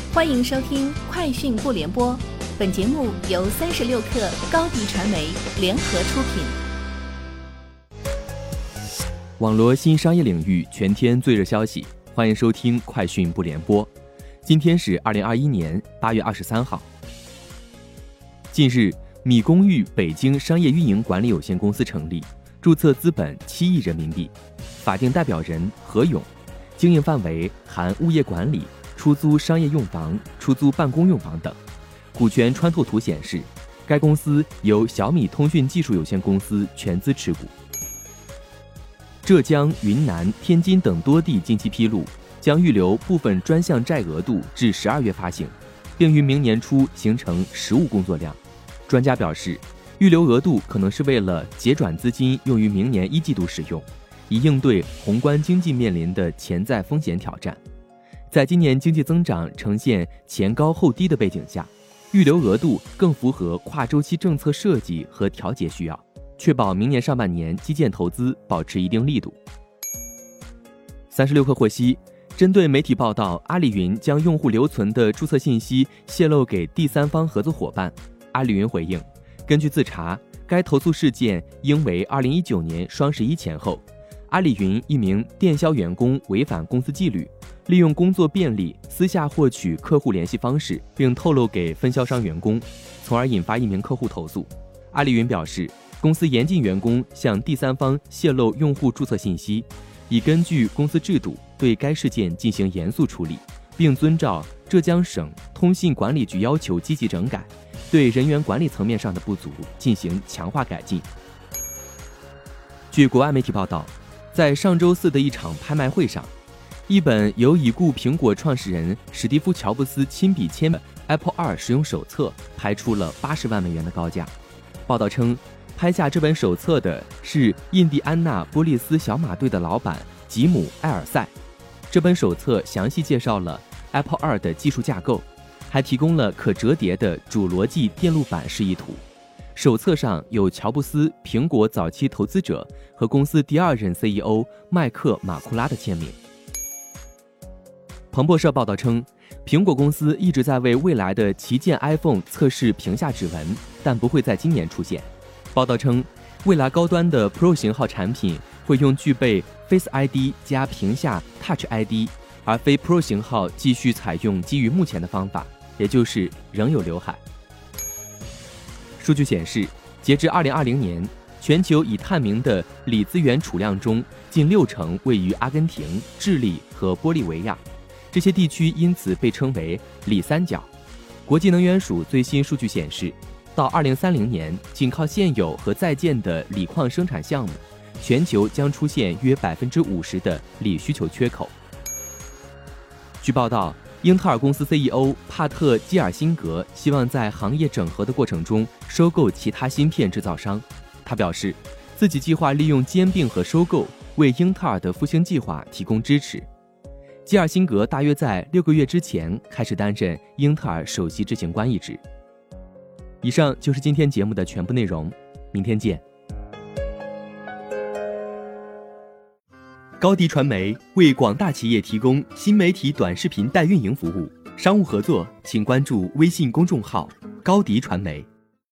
欢迎收听快讯不联播，本节目由36克高迪传媒联合出品。 网罗新商业领域全天最热消息，欢迎收听快讯不联播。今天是2021年8月23号。近日，米公寓北京商业运营管理有限公司成立，注册资本7亿人民币，法定代表人何勇，经营范围含物业管理、出租商业用房、出租办公用房等。股权穿透图显示，该公司由小米通讯技术有限公司全资持股。浙江、云南、天津等多地近期披露，将预留部分专项债额度至12月发行，并于明年初形成实务工作量。专家表示，预留额度可能是为了结转资金用于明年1季度使用，以应对宏观经济面临的潜在风险挑战。在今年经济增长呈现前高后低的背景下，预留额度更符合跨周期政策设计和调节需要，确保明年上半年基建投资保持一定力度。36氪获悉，针对媒体报道阿里云将用户留存的注册信息泄露给第三方合作伙伴，阿里云回应，根据自查，该投诉事件应为2019年双11前后，阿里云一名电销员工违反公司纪律，利用工作便利私下获取客户联系方式，并透露给分销商员工，从而引发一名客户投诉。阿里云表示，公司严禁员工向第三方泄露用户注册信息，已根据公司制度对该事件进行严肃处理，并遵照浙江省通信管理局要求积极整改，对人员管理层面上的不足进行强化改进。据国外媒体报道，在上周四的一场拍卖会上，一本由已故苹果创始人史蒂夫·乔布斯亲笔签的 Apple II 使用手册拍出了80万美元的高价。报道称，拍下这本手册的是印第安纳波利斯小马队的老板吉姆·埃尔塞。这本手册详细介绍了 Apple II 的技术架构，还提供了可折叠的主逻辑电路板示意图。手册上有乔布斯、苹果早期投资者和公司第2任 CEO 麦克·马库拉的签名。彭博社报道称，苹果公司一直在为未来的旗舰 iPhone 测试屏下指纹，但不会在今年出现。报道称，未来高端的 Pro 型号产品会用具备 Face ID 加屏下 Touch ID， 而非 Pro 型号继续采用基于目前的方法，也就是仍有刘海。数据显示，截至2020年，全球已探明的锂资源储量中，近60%位于阿根廷、智利和玻利维亚，这些地区因此被称为锂三角。国际能源署最新数据显示，到2030年，仅靠现有和在建的锂矿生产项目，全球将出现约50%的锂需求缺口。据报道，英特尔公司 CEO 帕特基尔辛格希望在行业整合的过程中收购其他芯片制造商。他表示，自己计划利用兼并和收购为英特尔的复兴计划提供支持。基尔辛格大约在6个月之前开始担任英特尔首席执行官一职。以上就是今天节目的全部内容，明天见。高迪传媒为广大企业提供新媒体短视频代运营服务，商务合作请关注微信公众号高迪传媒。